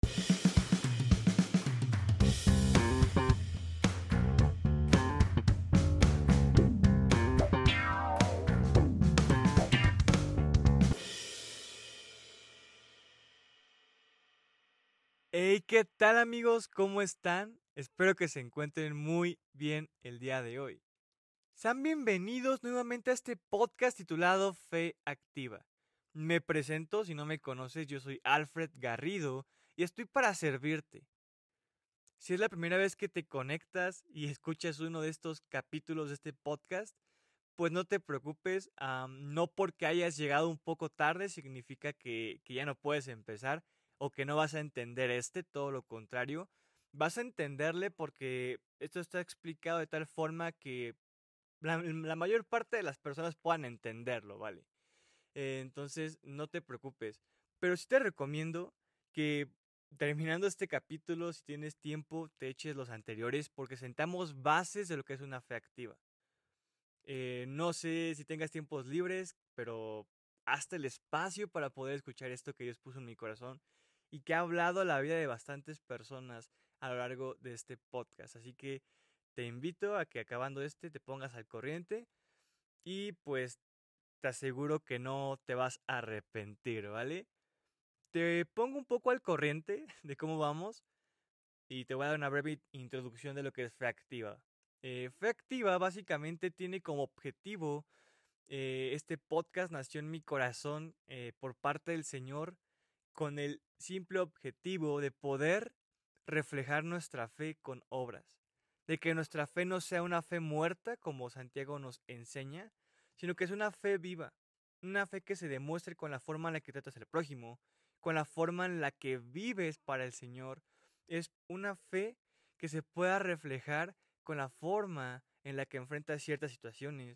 Hey, ¿qué tal amigos? ¿Cómo están? Espero que se encuentren muy bien el día de hoy. Sean bienvenidos nuevamente a este podcast titulado Fe Activa. Me presento, si no me conoces, yo soy Alfred Garrido y estoy para servirte. Si es la primera vez que te conectas y escuchas uno de estos capítulos de este podcast, pues no te preocupes, no porque hayas llegado un poco tarde significa que ya no puedes empezar o que no vas a entender todo lo contrario. Vas a entenderle porque esto está explicado de tal forma que la mayor parte de las personas puedan entenderlo, ¿vale? Entonces no te preocupes, pero sí te recomiendo que terminando este capítulo, si tienes tiempo, te eches los anteriores porque sentamos bases de lo que es una fe activa. No sé si tengas tiempos libres, pero hazte el espacio para poder escuchar esto que Dios puso en mi corazón y que ha hablado a la vida de bastantes personas a lo largo de este podcast. Así que te invito a que acabando te pongas al corriente y pues te aseguro que no te vas a arrepentir, ¿vale? Te pongo un poco al corriente de cómo vamos y te voy a dar una breve introducción de lo que es Fe Activa. Fe Activa básicamente tiene como objetivo, este podcast nació en mi corazón por parte del Señor con el simple objetivo de poder reflejar nuestra fe con obras, de que nuestra fe no sea una fe muerta como Santiago nos enseña, sino que es una fe viva, una fe que se demuestre con la forma en la que tratas al prójimo, con la forma en la que vives para el Señor. Es una fe que se pueda reflejar con la forma en la que enfrentas ciertas situaciones.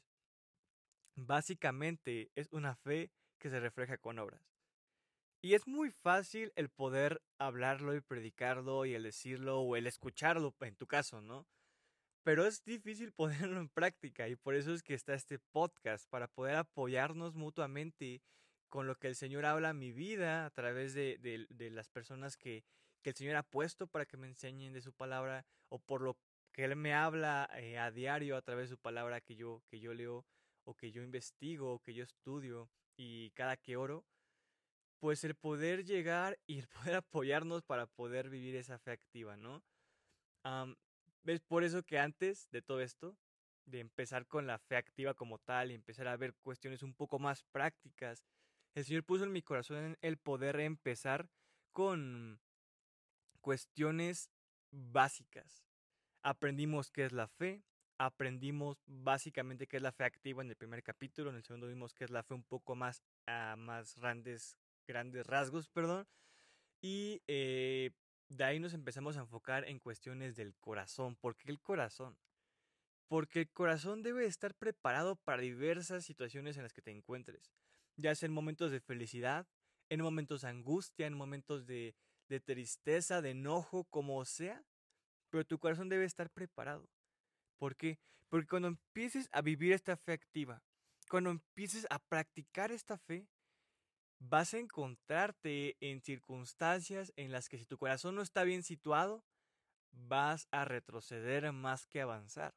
Básicamente es una fe que se refleja con obras. Y es muy fácil el poder hablarlo y predicarlo y el decirlo o el escucharlo en tu caso, ¿no? Pero es difícil ponerlo en práctica y por eso es que está este podcast, para poder apoyarnos mutuamente con lo que el Señor habla a mi vida a través de las personas que el Señor ha puesto para que me enseñen de su palabra o por lo que Él me habla a diario a través de su palabra que yo leo o que yo investigo o que yo estudio y cada que oro, pues el poder llegar y el poder apoyarnos para poder vivir esa fe activa, ¿no? Am, es por eso que antes de todo esto, de empezar con la fe activa como tal y empezar a ver cuestiones un poco más prácticas, el Señor puso en mi corazón el poder empezar con cuestiones básicas. Aprendimos qué es la fe, aprendimos básicamente qué es la fe activa en el primer capítulo, en el segundo vimos qué es la fe un poco más a más grandes rasgos, perdón, y de ahí nos empezamos a enfocar en cuestiones del corazón. ¿Por qué el corazón? Porque el corazón debe estar preparado para diversas situaciones en las que te encuentres, ya sea en momentos de felicidad, en momentos de angustia, en momentos de tristeza, de enojo, como sea, pero tu corazón debe estar preparado. ¿Por qué? Porque cuando empieces a vivir esta fe activa, cuando empieces a practicar esta fe, vas a encontrarte en circunstancias en las que si tu corazón no está bien situado, vas a retroceder más que avanzar.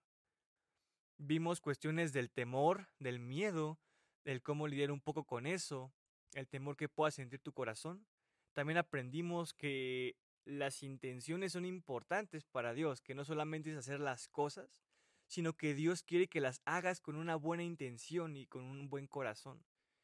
Vimos cuestiones del temor, del miedo, del cómo lidiar un poco con eso, el temor que pueda sentir tu corazón. También aprendimos que las intenciones son importantes para Dios, que no solamente es hacer las cosas, sino que Dios quiere que las hagas con una buena intención y con un buen corazón.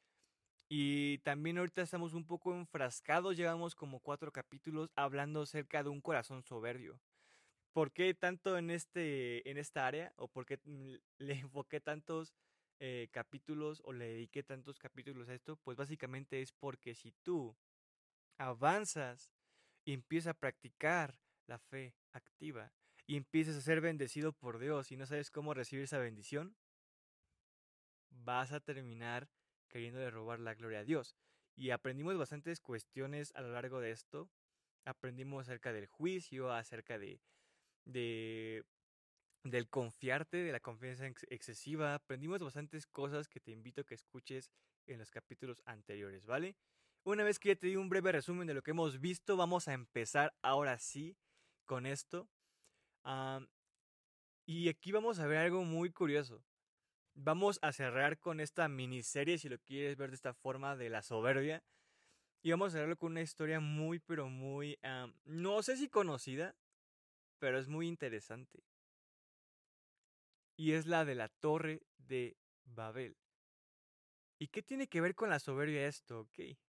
Y también ahorita estamos un poco enfrascados, llevamos como 4 capítulos hablando acerca de un corazón soberbio. ¿Por qué tanto en esta área? ¿O por qué le enfoqué tantos capítulos o le dediqué tantos capítulos a esto? Pues básicamente es porque si tú avanzas y empiezas a practicar la fe activa y empiezas a ser bendecido por Dios y no sabes cómo recibir esa bendición, vas a terminar queriéndole robar la gloria a Dios. Y aprendimos bastantes cuestiones a lo largo de esto. Aprendimos acerca del juicio, acerca de del confiarte, de la confianza excesiva. Aprendimos bastantes cosas que te invito a que escuches en los capítulos anteriores, ¿vale? Una vez que ya te di un breve resumen de lo que hemos visto, vamos a empezar ahora sí con esto. Am, y aquí vamos a ver algo muy curioso. Vamos a cerrar con esta miniserie, si lo quieres ver de esta forma, de la soberbia. Y vamos a cerrarlo con una historia muy, pero muy, no sé si conocida, pero es muy interesante. Y es la de la Torre de Babel. ¿Y qué tiene que ver con la soberbia esto? Ok.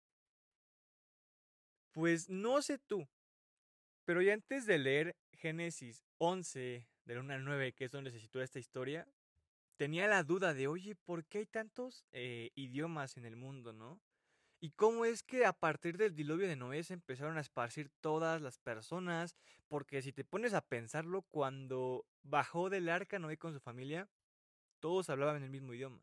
Pues no sé tú, pero ya antes de leer Génesis 11, del 1 al 9, que es donde se sitúa esta historia, tenía la duda de, oye, ¿por qué hay tantos idiomas en el mundo, no? ¿Y cómo es que a partir del diluvio de Noé se empezaron a esparcir todas las personas? Porque si te pones a pensarlo, cuando bajó del arca Noé con su familia, todos hablaban el mismo idioma.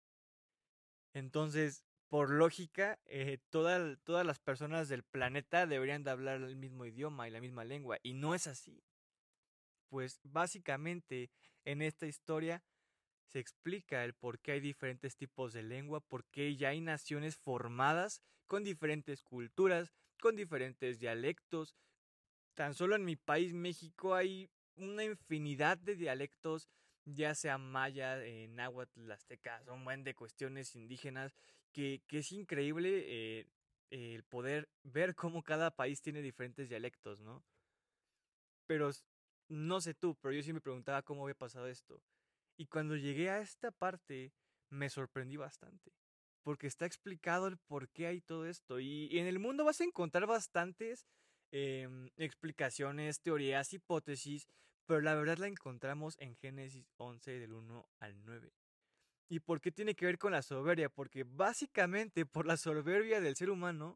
Entonces, por lógica, todas las personas del planeta deberían de hablar el mismo idioma y la misma lengua. Y no es así. Pues básicamente en esta historia se explica el por qué hay diferentes tipos de lengua, por qué ya hay naciones formadas con diferentes culturas, con diferentes dialectos. Tan solo en mi país, México, hay una infinidad de dialectos, ya sea maya, náhuatl, azteca, un buen de cuestiones indígenas, que es increíble el poder ver cómo cada país tiene diferentes dialectos, ¿no? Pero no sé tú, pero yo sí me preguntaba cómo había pasado esto. Y cuando llegué a esta parte, me sorprendí bastante. Porque está explicado el por qué hay todo esto. Y en el mundo vas a encontrar bastantes explicaciones, teorías, hipótesis. Pero la verdad la encontramos en Génesis 11 del 1 al 9. ¿Y por qué tiene que ver con la soberbia? Porque básicamente por la soberbia del ser humano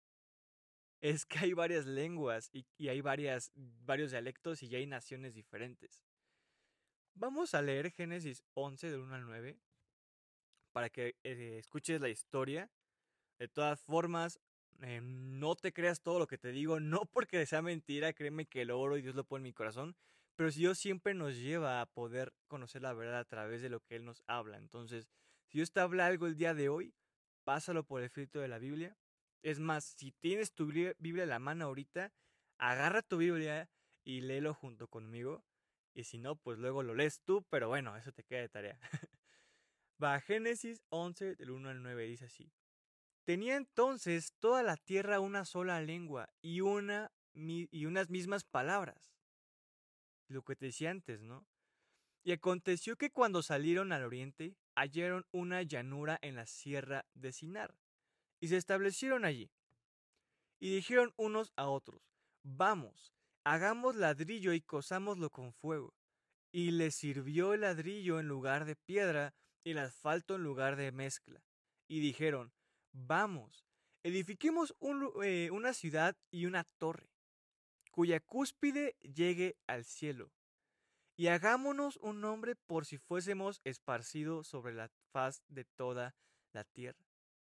es que hay varias lenguas y hay varios dialectos y ya hay naciones diferentes. Vamos a leer Génesis 11 del 1 al 9 para que escuches la historia. De todas formas, no te creas todo lo que te digo, no porque sea mentira, créeme que lo oro y Dios lo pone en mi corazón, pero si Dios siempre nos lleva a poder conocer la verdad a través de lo que Él nos habla. Entonces, si Dios te habla algo el día de hoy, pásalo por el filtro de la Biblia. Es más, si tienes tu Biblia en la mano ahorita, agarra tu Biblia y léelo junto conmigo. Y si no, pues luego lo lees tú, pero bueno, eso te queda de tarea. Va, Génesis 11, del 1 al 9, dice así. Tenía entonces toda la tierra una sola lengua y unas mismas palabras. Lo que te decía antes, ¿no? Y aconteció que cuando salieron al oriente, hallaron una llanura en la sierra de Sinar, y se establecieron allí. Y dijeron unos a otros, vamos, hagamos ladrillo y cosámoslo con fuego. Y les sirvió el ladrillo en lugar de piedra y el asfalto en lugar de mezcla. Y dijeron, vamos, edifiquemos una ciudad y una torre, cuya cúspide llegue al cielo. Y hagámonos un nombre por si fuésemos esparcidos sobre la faz de toda la tierra.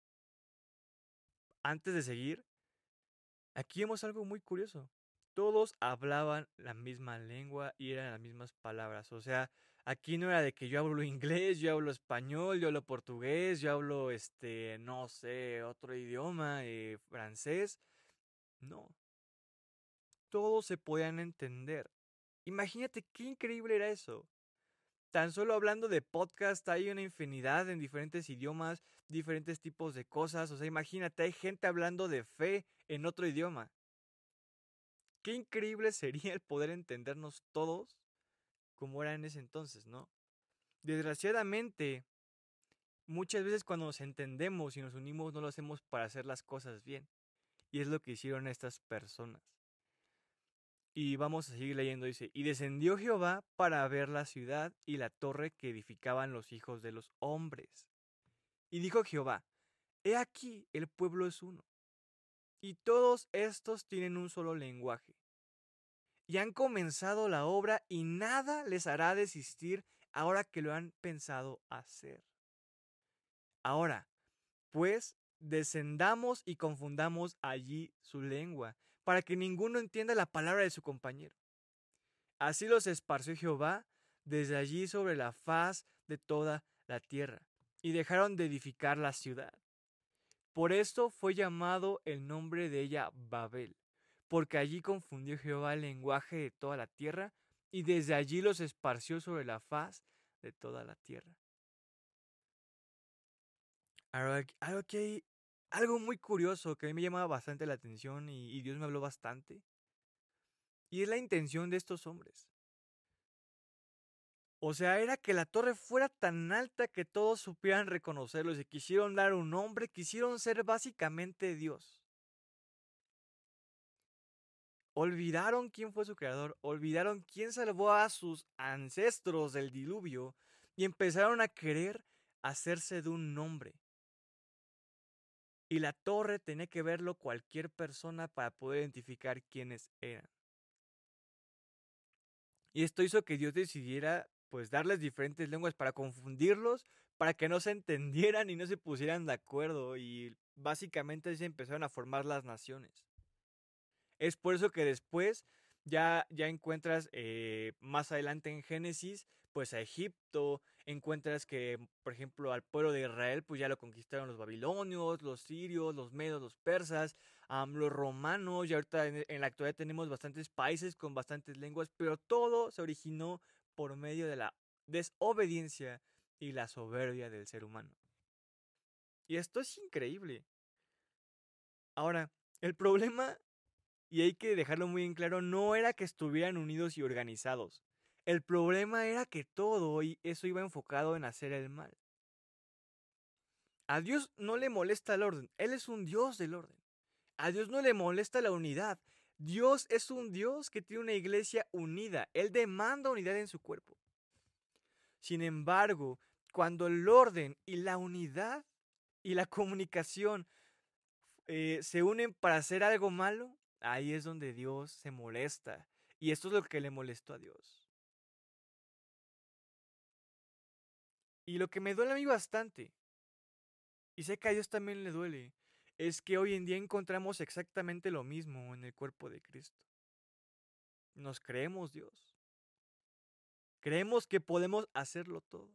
Antes de seguir, aquí vemos algo muy curioso. Todos hablaban la misma lengua y eran las mismas palabras. O sea, aquí no era de que yo hablo inglés, yo hablo español, yo hablo portugués, yo hablo, no sé, otro idioma, francés. No, todos se podían entender. Imagínate qué increíble era eso. Tan solo hablando de podcast hay una infinidad en diferentes idiomas, diferentes tipos de cosas. O sea, imagínate, hay gente hablando de fe en otro idioma. Qué increíble sería el poder entendernos todos como era en ese entonces, ¿no? Desgraciadamente, muchas veces cuando nos entendemos y nos unimos no lo hacemos para hacer las cosas bien. Y es lo que hicieron estas personas. Y vamos a seguir leyendo, dice, y descendió Jehová para ver la ciudad y la torre que edificaban los hijos de los hombres. Y dijo Jehová, he aquí el pueblo es uno, y todos estos tienen un solo lenguaje. Y han comenzado la obra y nada les hará desistir ahora que lo han pensado hacer. Ahora, pues, descendamos y confundamos allí su lengua, para que ninguno entienda la palabra de su compañero. Así los esparció Jehová desde allí sobre la faz de toda la tierra, y dejaron de edificar la ciudad. Por esto fue llamado el nombre de ella Babel, porque allí confundió Jehová el lenguaje de toda la tierra, y desde allí los esparció sobre la faz de toda la tierra. Algo muy curioso que a mí me llamaba bastante la atención y Dios me habló bastante, y es la intención de estos hombres. O sea, era que la torre fuera tan alta que todos supieran reconocerlo y se quisieron dar un nombre, quisieron ser básicamente Dios. Olvidaron quién fue su creador, olvidaron quién salvó a sus ancestros del diluvio y empezaron a querer hacerse de un nombre. Y la torre tenía que verlo cualquier persona para poder identificar quiénes eran. Y esto hizo que Dios decidiera pues darles diferentes lenguas para confundirlos, para que no se entendieran y no se pusieran de acuerdo, y básicamente se empezaron a formar las naciones. Es por eso que después ya encuentras más adelante en Génesis, pues a Egipto, encuentras que, por ejemplo, al pueblo de Israel, pues ya lo conquistaron los babilonios, los sirios, los medos, los persas, los romanos, y ahorita en la actualidad tenemos bastantes países con bastantes lenguas, pero todo se originó por medio de la desobediencia y la soberbia del ser humano. Y esto es increíble. Ahora, el problema, y hay que dejarlo muy en claro, no era que estuvieran unidos y organizados. El problema era que todo eso iba enfocado en hacer el mal. A Dios no le molesta el orden, Él es un Dios del orden. A Dios no le molesta la unidad. Dios es un Dios que tiene una iglesia unida. Él demanda unidad en su cuerpo. Sin embargo, cuando el orden y la unidad y la comunicación se unen para hacer algo malo, ahí es donde Dios se molesta. Y esto es lo que le molestó a Dios. Y lo que me duele a mí bastante, y sé que a Dios también le duele, es que hoy en día encontramos exactamente lo mismo en el cuerpo de Cristo. Nos creemos Dios. Creemos que podemos hacerlo todo.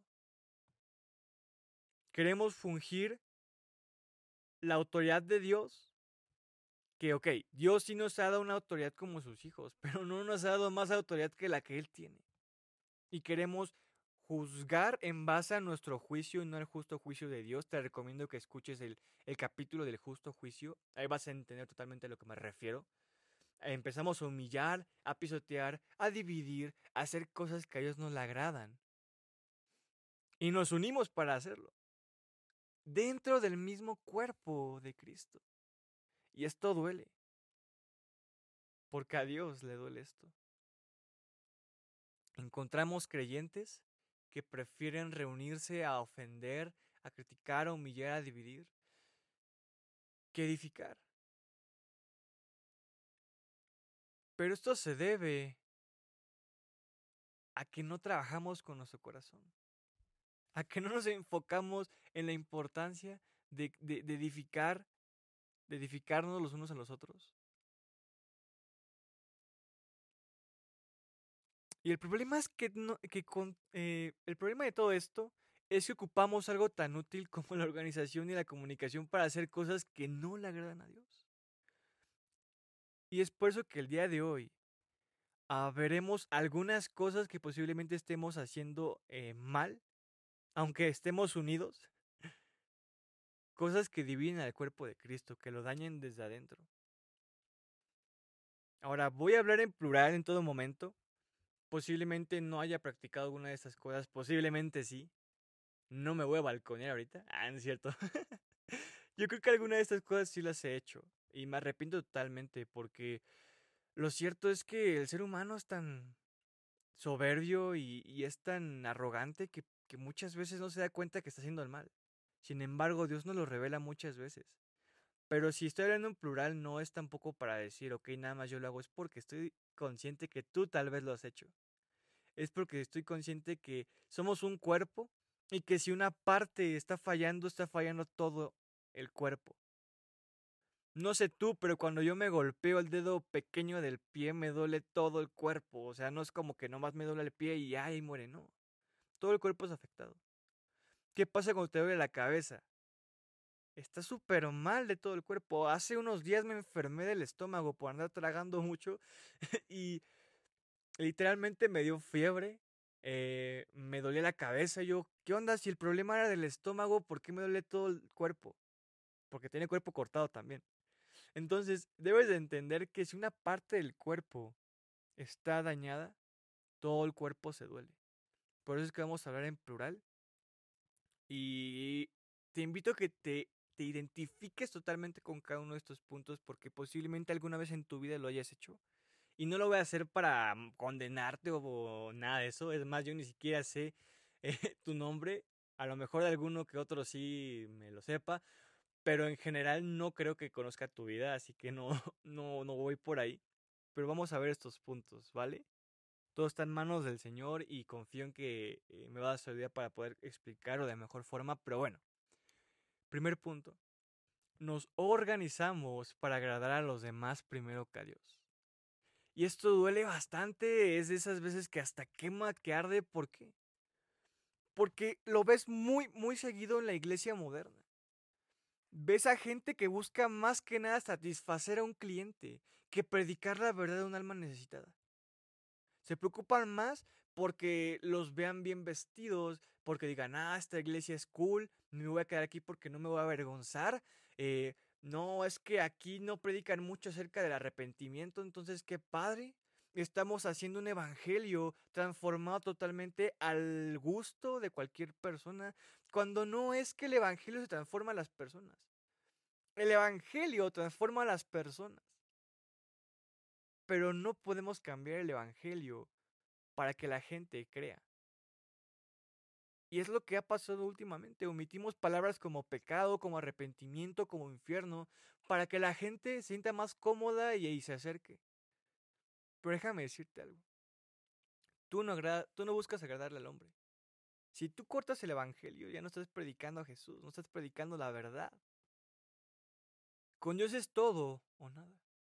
Queremos fungir la autoridad de Dios. Que, ok, Dios sí nos ha dado una autoridad como sus hijos, pero no nos ha dado más autoridad que la que Él tiene. Y queremos juzgar en base a nuestro juicio y no al justo juicio de Dios. Te recomiendo que escuches el capítulo del justo juicio. Ahí vas a entender totalmente a lo que me refiero. Empezamos a humillar, a pisotear, a dividir, a hacer cosas que a Dios no le agradan. Y nos unimos para hacerlo. Dentro del mismo cuerpo de Cristo. Y esto duele. Porque a Dios le duele esto. Encontramos creyentes que prefieren reunirse a ofender, a criticar, a humillar, a dividir, que edificar. Pero esto se debe a que no trabajamos con nuestro corazón, a que no nos enfocamos en la importancia de edificar, de edificarnos los unos a los otros. Y el problema es que, el problema de todo esto es que ocupamos algo tan útil como la organización y la comunicación para hacer cosas que no le agradan a Dios. Y es por eso que el día de hoy veremos algunas cosas que posiblemente estemos haciendo mal, aunque estemos unidos, cosas que dividen al cuerpo de Cristo, que lo dañen desde adentro. Ahora, voy a hablar en plural en todo momento. Posiblemente no haya practicado alguna de estas cosas, posiblemente sí. No me voy a balconear ahorita. Ah, no es cierto. Yo creo que alguna de estas cosas sí las he hecho. Y me arrepiento totalmente porque lo cierto es que el ser humano es tan soberbio y es tan arrogante que muchas veces no se da cuenta que está haciendo el mal. Sin embargo, Dios nos lo revela muchas veces. Pero si estoy hablando en plural, no es tampoco para decir, ok, nada más yo lo hago, es porque estoy consciente que tú tal vez lo has hecho. Es porque estoy consciente que somos un cuerpo y que si una parte está fallando todo el cuerpo. No sé tú, pero cuando yo me golpeo el dedo pequeño del pie me duele todo el cuerpo. O sea, no es como que nomás me duele el pie y ay, muere, no. Todo el cuerpo es afectado. ¿Qué pasa cuando te duele la cabeza? está súper mal de todo el cuerpo. Hace unos días me enfermé del estómago por andar tragando mucho y literalmente me dio fiebre, me dolía la cabeza. Yo, ¿qué onda? Si el problema era del estómago, ¿por qué me duele todo el cuerpo? Porque tiene el cuerpo cortado también. Entonces, debes de entender que si una parte del cuerpo está dañada, todo el cuerpo se duele. Por eso es que vamos a hablar en plural. Y te invito a que te identifiques totalmente con cada uno de estos puntos porque posiblemente alguna vez en tu vida lo hayas hecho. Y no lo voy a hacer para condenarte o nada de eso. Es más, yo ni siquiera sé tu nombre. A lo mejor de alguno que otro sí me lo sepa. Pero en general no creo que conozca tu vida. Así que no, no voy por ahí. Pero vamos a ver estos puntos, ¿vale? Todo está en manos del Señor y confío en que me va a dar sabiduría para poder explicarlo de mejor forma. Pero bueno, primer punto. Nos organizamos para agradar a los demás primero que a Dios. Y esto duele bastante, es de esas veces que hasta quema, que arde. ¿Por qué? Porque lo ves muy seguido en la iglesia moderna. Ves a gente que busca más que nada satisfacer a un cliente que predicar la verdad de un alma necesitada. Se preocupan más porque los vean bien vestidos, porque digan, esta iglesia es cool, me voy a quedar aquí porque no me voy a avergonzar. Eh, no, es que aquí no predican mucho acerca del arrepentimiento, entonces qué padre. Estamos haciendo un evangelio transformado totalmente al gusto de cualquier persona, cuando no es que el evangelio se transforma a las personas. El evangelio transforma a las personas, pero no podemos cambiar el evangelio para que la gente crea. Y es lo que ha pasado últimamente. Omitimos palabras como pecado, como arrepentimiento, como infierno, para que la gente se sienta más cómoda y se acerque. Pero déjame decirte algo. Tú no buscas agradarle al hombre. Si tú cortas el evangelio, ya no estás predicando a Jesús, no estás predicando la verdad. Con Dios es todo o nada.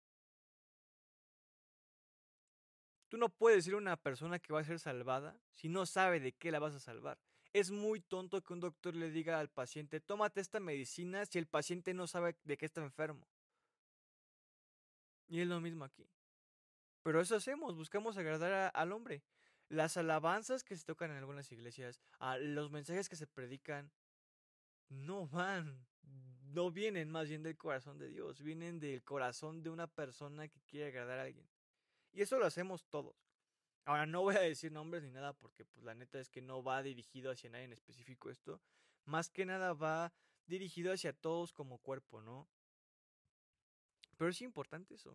Tú no puedes ser una persona que va a ser salvada si no sabe de qué la vas a salvar. Es muy tonto que un doctor le diga al paciente, tómate esta medicina si el paciente no sabe de qué está enfermo. Y es lo mismo aquí. Pero eso hacemos, buscamos agradar al hombre. Las alabanzas que se tocan en algunas iglesias, los mensajes que se predican, no van, no vienen más bien del corazón de Dios, vienen del corazón de una persona que quiere agradar a alguien. Y eso lo hacemos todos. Ahora no voy a decir nombres ni nada porque pues la neta es que no va dirigido hacia nadie en específico esto. Más que nada va dirigido hacia todos como cuerpo, ¿no? Pero es importante eso.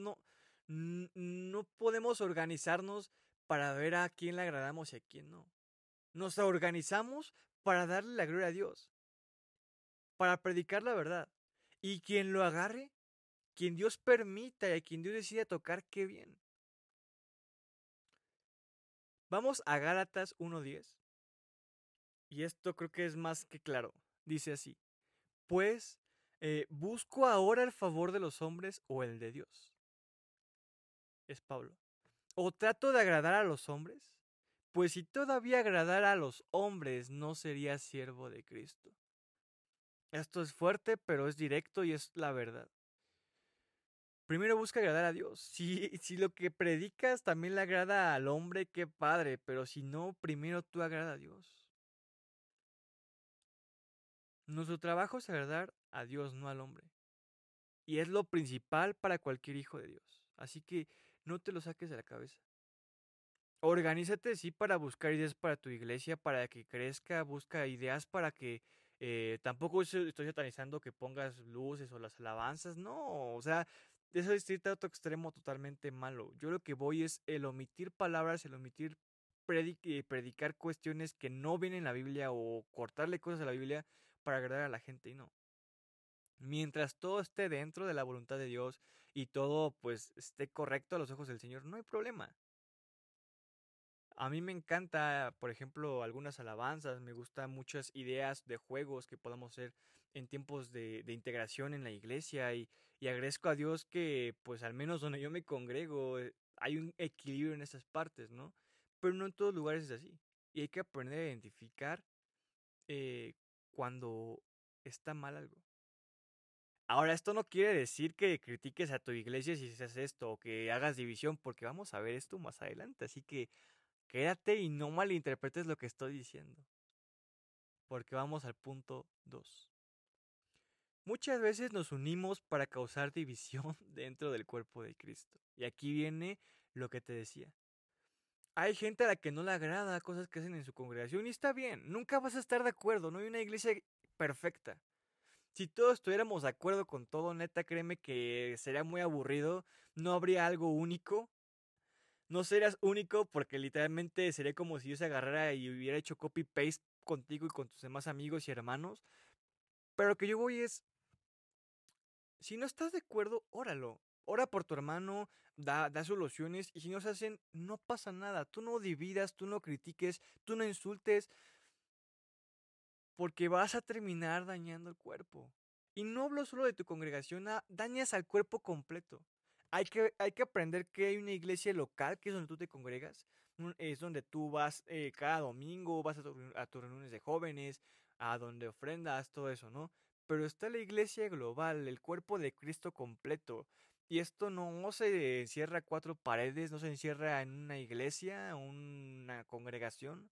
No podemos organizarnos para ver a quién le agradamos y a quién no. Nos organizamos para darle la gloria a Dios, para predicar la verdad. Y quien lo agarre, quien Dios permita y a quien Dios decida tocar, qué bien. Vamos a Gálatas 1:10. Y esto creo que es más que claro. Dice así, pues, ¿busco ahora el favor de los hombres o el de Dios? Es Pablo. ¿O trato de agradar a los hombres? Pues si todavía agradara a los hombres, no sería siervo de Cristo. Esto es fuerte, pero es directo y es la verdad. Primero busca agradar a Dios. Si lo que predicas también le agrada al hombre, qué padre, pero si no, primero tú agrada a Dios. Nuestro trabajo es agradar a Dios, no al hombre. Y es lo principal para cualquier hijo de Dios. Así que no te lo saques de la cabeza. Organízate, sí, para buscar ideas para tu iglesia, para que crezca, busca ideas para que tampoco estoy satanizando que pongas luces o las alabanzas, no, o sea, eso es irte a otro extremo totalmente malo. Yo lo que voy es el omitir palabras, el omitir predicar cuestiones que no vienen en la Biblia o cortarle cosas a la Biblia para agradar a la gente y no. Mientras todo esté dentro de la voluntad de Dios y todo pues esté correcto a los ojos del Señor, no hay problema. A mí me encanta, por ejemplo, algunas alabanzas, me gustan muchas ideas de juegos que podamos hacer en tiempos de integración en la iglesia y agradezco a Dios que pues al menos donde yo me congrego hay un equilibrio en esas partes, ¿no? Pero no en todos lugares es así y hay que aprender a identificar eh, cuando está mal algo. Ahora, esto no quiere decir que critiques a tu iglesia si haces esto o que hagas división, porque vamos a ver esto más adelante. Así que quédate y no malinterpretes lo que estoy diciendo, porque vamos al punto 2. Muchas veces nos unimos para causar división dentro del cuerpo de Cristo. Y aquí viene lo que te decía. Hay gente a la que no le agrada cosas que hacen en su congregación y está bien, nunca vas a estar de acuerdo, no hay una iglesia perfecta. Si todos estuviéramos de acuerdo con todo, neta, créeme que sería muy aburrido, no habría algo único. No serías único porque literalmente sería como si yo se agarrara y hubiera hecho copy-paste contigo y con tus demás amigos y hermanos. Pero lo que yo voy es, si no estás de acuerdo, óralo. Ora por tu hermano, da soluciones y si no se hacen, no pasa nada. Tú no dividas, tú no critiques, tú no insultes, porque vas a terminar dañando el cuerpo. Y no hablo solo de tu congregación, dañas al cuerpo completo. Hay que aprender que hay una iglesia local, que es donde tú te congregas, es donde tú vas cada domingo, vas a tus reuniones de jóvenes, a donde ofrendas, todo eso, ¿no? Pero está la iglesia global, el cuerpo de Cristo completo. Y esto no se encierra a cuatro paredes, no se encierra en una iglesia, una congregación.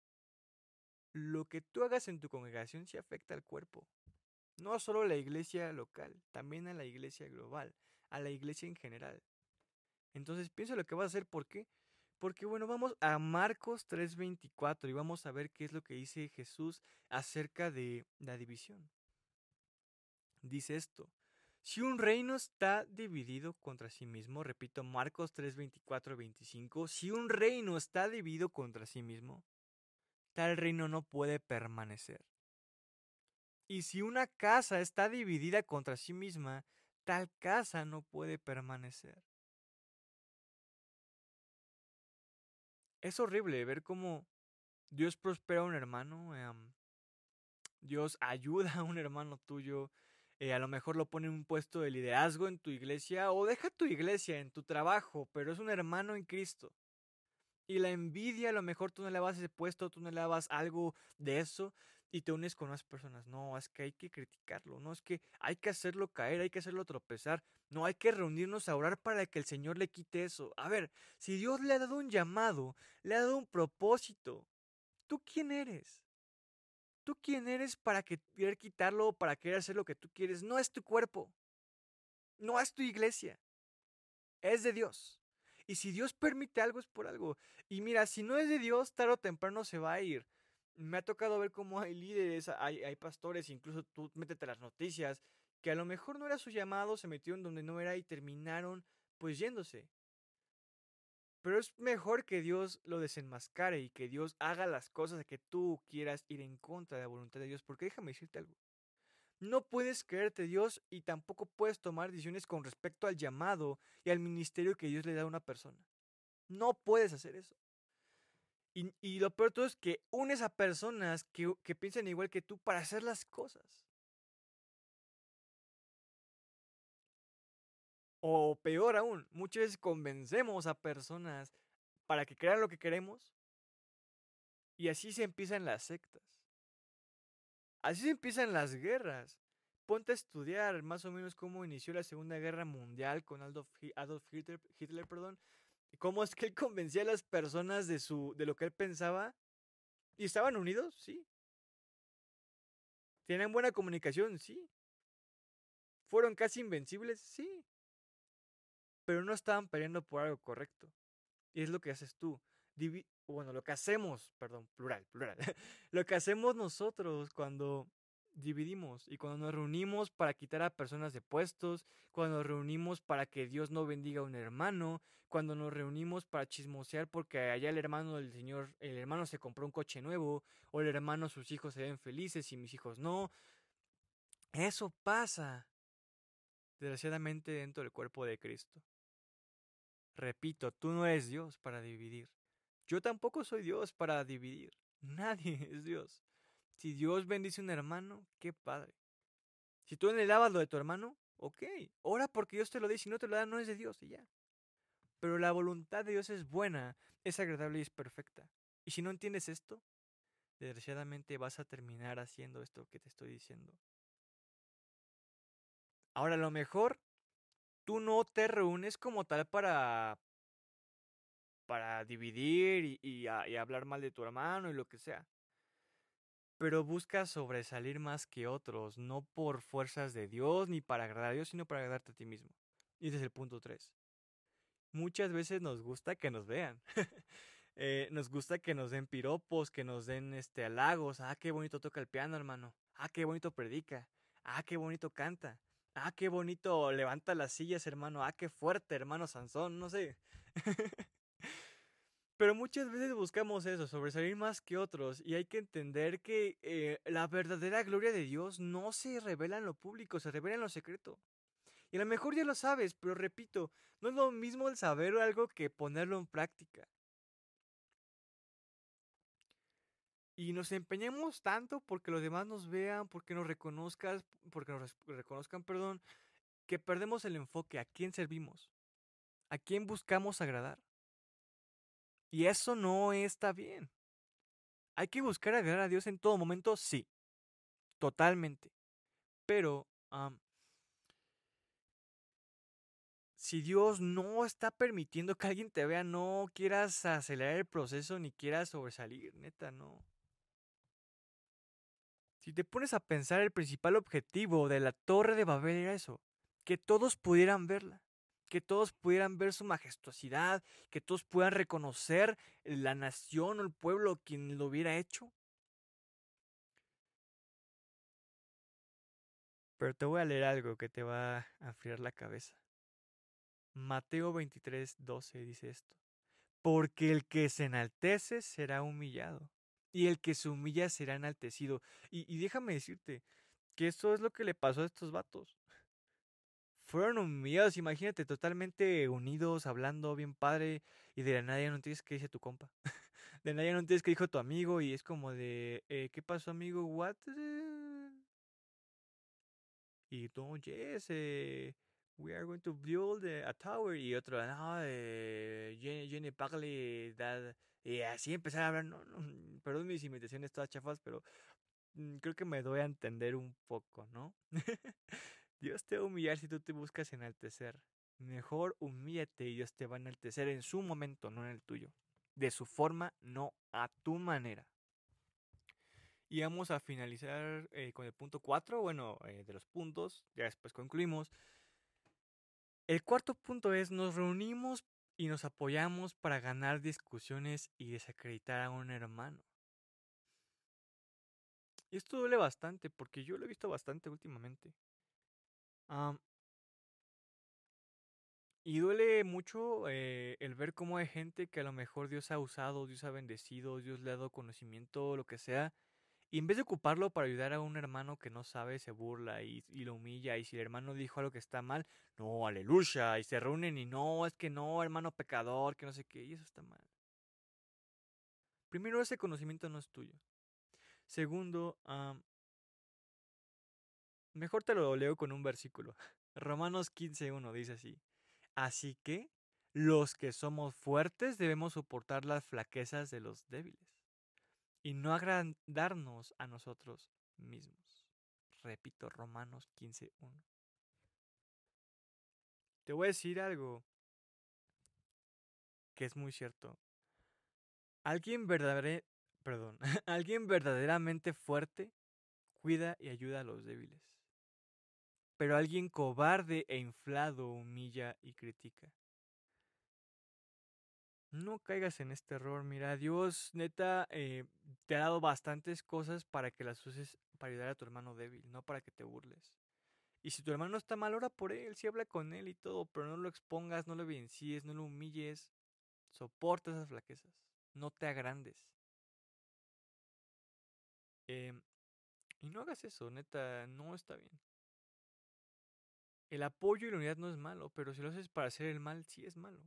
Lo que tú hagas en tu congregación sí afecta al cuerpo. No solo a la iglesia local, también a la iglesia global, a la iglesia en general. Entonces piensa lo que vas a hacer, ¿por qué? Porque bueno, vamos a Marcos 3:24 y vamos a ver qué es lo que dice Jesús acerca de la división. Dice esto: si un reino está dividido contra sí mismo, repito, Marcos 3:24-25, si un reino está dividido contra sí mismo, tal reino no puede permanecer. Y si una casa está dividida contra sí misma, tal casa no puede permanecer. Es horrible ver cómo Dios prospera a un hermano, Dios ayuda a un hermano tuyo, a lo mejor lo pone en un puesto de liderazgo en tu iglesia o deja tu iglesia en tu trabajo, pero es un hermano en Cristo. Y la envidia, a lo mejor tú no le vas ese puesto, tú no le das algo de eso y te unes con más personas. No, es que hay que criticarlo, no, es que hay que hacerlo caer, hay que hacerlo tropezar. No, hay que reunirnos a orar para que el Señor le quite eso. A ver, si Dios le ha dado un llamado, le ha dado un propósito, ¿tú quién eres? ¿Tú quién eres para querer quitarlo o para querer hacer lo que tú quieres? No es tu cuerpo, no es tu iglesia, es de Dios. Y si Dios permite algo es por algo. Y mira, si no es de Dios, tarde o temprano se va a ir. Me ha tocado ver cómo hay líderes, hay pastores, incluso tú métete a las noticias, que a lo mejor no era su llamado, se metieron donde no era y terminaron pues yéndose. Pero es mejor que Dios lo desenmascare y que Dios haga las cosas que tú quieras ir en contra de la voluntad de Dios. Porque déjame decirte algo. No puedes creerte Dios y tampoco puedes tomar decisiones con respecto al llamado y al ministerio que Dios le da a una persona. No puedes hacer eso. Y lo peor de todo es que unes a personas que piensan igual que tú para hacer las cosas. O peor aún, muchas veces convencemos a personas para que crean lo que queremos y así se empiezan las sectas. Así se empiezan las guerras. Ponte a estudiar más o menos cómo inició la Segunda Guerra Mundial con Adolf Hitler, perdón, y cómo es que él convencía a las personas de lo que él pensaba y estaban unidos, sí. Tienen buena comunicación, sí. Fueron casi invencibles, sí. Pero no estaban peleando por algo correcto. Y es lo que haces tú. Bueno, lo que hacemos, perdón, plural. Lo que hacemos nosotros cuando dividimos y cuando nos reunimos para quitar a personas de puestos, cuando nos reunimos para que Dios no bendiga a un hermano, cuando nos reunimos para chismosear porque allá el hermano del Señor, el hermano se compró un coche nuevo, o el hermano sus hijos se ven felices y mis hijos no. Eso pasa, desgraciadamente, dentro del cuerpo de Cristo. Repito, tú no eres Dios para dividir. Yo tampoco soy Dios para dividir. Nadie es Dios. Si Dios bendice a un hermano, qué padre. Si tú anhelabas lo de tu hermano, ok, ora porque Dios te lo dice. Si no te lo da, no es de Dios y ya. Pero la voluntad de Dios es buena, es agradable y es perfecta. Y si no entiendes esto, desgraciadamente vas a terminar haciendo esto que te estoy diciendo. Ahora, a lo mejor tú no te reúnes como tal para dividir y hablar mal de tu hermano y lo que sea. Pero buscas sobresalir más que otros, no por fuerzas de Dios ni para agradar a Dios, sino para agradarte a ti mismo. Y ese es el punto 3. Muchas veces nos gusta que nos vean. Nos gusta que nos den piropos, que nos den halagos. Ah, qué bonito toca el piano, hermano. Ah, qué bonito predica. Ah, qué bonito canta. Ah, qué bonito levanta las sillas, hermano. Ah, qué fuerte, hermano Sansón. No sé. Pero muchas veces buscamos eso, sobresalir más que otros, y hay que entender que la verdadera gloria de Dios no se revela en lo público, se revela en lo secreto. Y a lo mejor ya lo sabes, pero repito, no es lo mismo el saber algo que ponerlo en práctica. Y nos empeñamos tanto porque los demás nos vean, porque nos reconozcan, reconozcan, perdón, que perdemos el enfoque a quién servimos, a quién buscamos agradar. Y eso no está bien. Hay que buscar agradar a Dios en todo momento, sí, totalmente. Pero si Dios no está permitiendo que alguien te vea, no quieras acelerar el proceso ni quieras sobresalir, neta, no. Si te pones a pensar, el principal objetivo de la Torre de Babel era eso, que todos pudieran verla, que todos pudieran ver su majestuosidad, que todos puedan reconocer la nación o el pueblo quien lo hubiera hecho. Pero te voy a leer algo que te va a enfriar la cabeza. Mateo 23:12 dice esto. Porque el que se enaltece será humillado, y el que se humilla será enaltecido. Y déjame decirte que eso es lo que le pasó a estos vatos. Fueron humillados, imagínate, totalmente unidos, hablando bien padre, y de la nada ya no entiendes qué dice tu compa. De la nada ya no entiendes qué dijo tu amigo, y es como de, ¿qué pasó, amigo? ¿What? Y no, yes, we are going to build a tower. Y otro, no, Jenny Pagley, y así empezar a hablar. No, no, perdón mis imitaciones todas chafas, pero creo que me doy a entender un poco, ¿no? Dios te va a humillar si tú te buscas enaltecer. Mejor humíllate y Dios te va a enaltecer en su momento, no en el tuyo. De su forma, no a tu manera. Y vamos a finalizar con el punto 4, bueno, de los puntos, ya después concluimos. El cuarto punto es, nos reunimos y nos apoyamos para ganar discusiones y desacreditar a un hermano. Y esto duele bastante, porque yo lo he visto bastante últimamente. Am, y duele mucho el ver cómo hay gente que a lo mejor Dios ha usado, Dios ha bendecido, Dios le ha dado conocimiento, lo que sea. Y en vez de ocuparlo para ayudar a un hermano que no sabe, se burla y lo humilla. Y si el hermano dijo algo que está mal, no, aleluya. Y se reúnen y no, es que no, hermano pecador, que no sé qué. Y eso está mal. Primero, ese conocimiento no es tuyo. Segundo, mejor te lo leo con un versículo. Romanos 15:1 dice así. Así que los que somos fuertes debemos soportar las flaquezas de los débiles y no agrandarnos a nosotros mismos. Repito, Romanos 15:1. Te voy a decir algo que es muy cierto. Alguien perdón, alguien verdaderamente fuerte cuida y ayuda a los débiles. Pero alguien cobarde e inflado humilla y critica. No caigas en este error, mira, Dios neta te ha dado bastantes cosas para que las uses para ayudar a tu hermano débil, no para que te burles. Y si tu hermano está mal, ora por él, sí habla con él y todo, pero no lo expongas, no lo evidencies, no lo humilles, soporta esas flaquezas, no te agrandes. Em, y no hagas eso, neta, no está bien. El apoyo y la unidad no es malo, pero si lo haces para hacer el mal, sí es malo.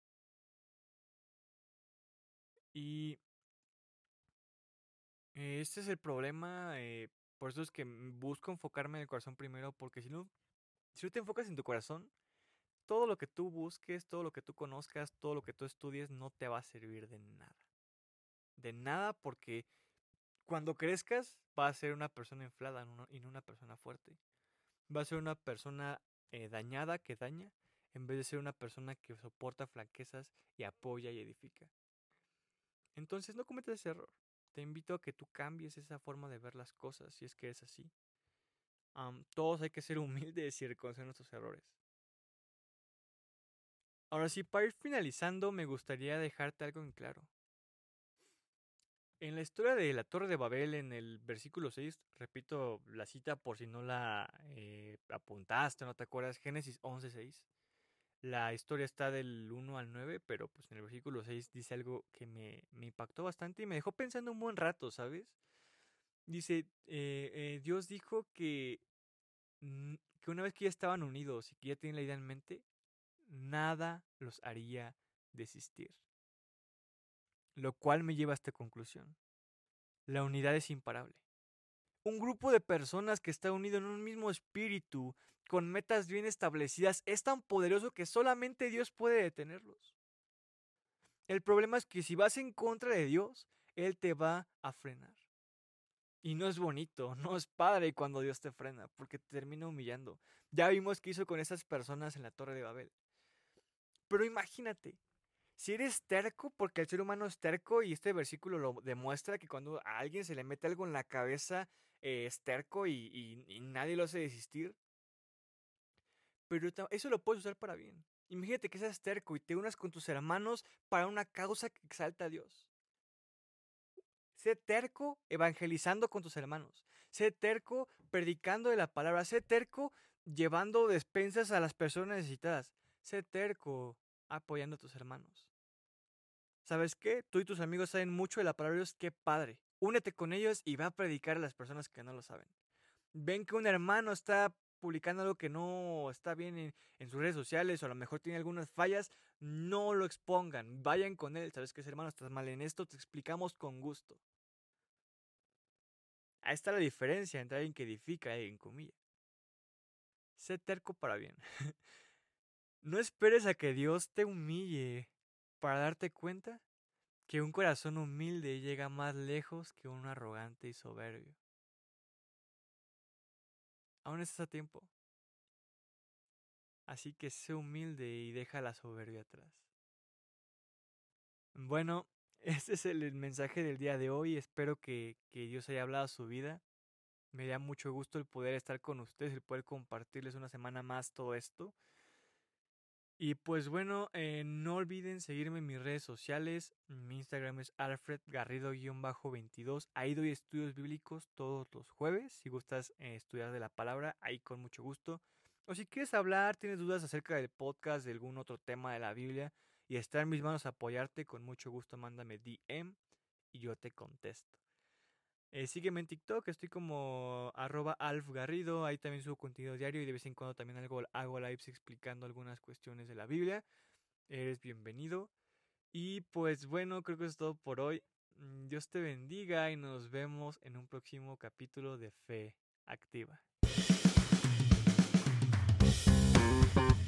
Y este es el problema, por eso es que busco enfocarme en el corazón primero, porque si no te enfocas en tu corazón, todo lo que tú busques, todo lo que tú conozcas, todo lo que tú estudies, no te va a servir de nada. De nada porque cuando crezcas vas a ser una persona inflada y no una persona fuerte. Va a ser una persona dañada que daña, en vez de ser una persona que soporta flaquezas y apoya y edifica. Entonces no cometas ese error. Te invito a que tú cambies esa forma de ver las cosas si es que eres así. Todos hay que ser humildes y reconocer nuestros errores. Ahora sí, para ir finalizando, me gustaría dejarte algo en claro. En la historia de la Torre de Babel, en el versículo 6, repito la cita por si no la apuntaste, no te acuerdas, Génesis 11:6. La historia está del 1 al 9, pero pues en el versículo 6 dice algo que me impactó bastante y me dejó pensando un buen rato, ¿sabes? Dice, Dios dijo que una vez que ya estaban unidos y que ya tienen la idea en mente, nada los haría desistir. Lo cual me lleva a esta conclusión. La unidad es imparable. Un grupo de personas que está unido en un mismo espíritu, con metas bien establecidas, es tan poderoso que solamente Dios puede detenerlos. El problema es que si vas en contra de Dios, Él te va a frenar. Y no es bonito, no es padre cuando Dios te frena, porque te termina humillando. Ya vimos qué hizo con esas personas en la Torre de Babel. Pero imagínate, si eres terco, porque el ser humano es terco y este versículo lo demuestra que cuando a alguien se le mete algo en la cabeza es terco y nadie lo hace desistir. Pero eso lo puedes usar para bien. Imagínate que seas terco y te unas con tus hermanos para una causa que exalta a Dios. Sé terco evangelizando con tus hermanos. Sé terco predicando de la palabra. Sé terco llevando despensas a las personas necesitadas. Sé terco apoyando a tus hermanos. ¿Sabes qué? Tú y tus amigos saben mucho de la palabra de Dios. Qué padre. Únete con ellos y va a predicar a las personas que no lo saben. Ven que un hermano está publicando algo que no está bien en sus redes sociales o a lo mejor tiene algunas fallas, no lo expongan. Vayan con él. ¿Sabes qué, hermano? Estás mal en esto. Te explicamos con gusto. Ahí está la diferencia entre alguien que edifica y alguien que humilla. Sé terco para bien. No esperes a que Dios te humille para darte cuenta que un corazón humilde llega más lejos que un arrogante y soberbio. Aún estás a tiempo. Así que sé humilde y deja la soberbia atrás. Bueno, este es el mensaje del día de hoy. Espero que Dios haya hablado a su vida. Me da mucho gusto el poder estar con ustedes, el poder compartirles una semana más todo esto. Y pues bueno, no olviden seguirme en mis redes sociales. Mi Instagram es alfredgarrido-22. Ahí doy estudios bíblicos todos los jueves. Si gustas estudiar de la palabra, ahí con mucho gusto. O si quieres hablar, tienes dudas acerca del podcast, de algún otro tema de la Biblia y está en mis manos apoyarte, con mucho gusto mándame DM y yo te contesto. Sígueme en TikTok, estoy como @alfgarrido, ahí también subo contenido diario y de vez en cuando también hago lives explicando algunas cuestiones de la Biblia. Eres bienvenido. Y pues bueno, creo que eso es todo por hoy. Dios te bendiga y nos vemos en un próximo capítulo de Fe Activa.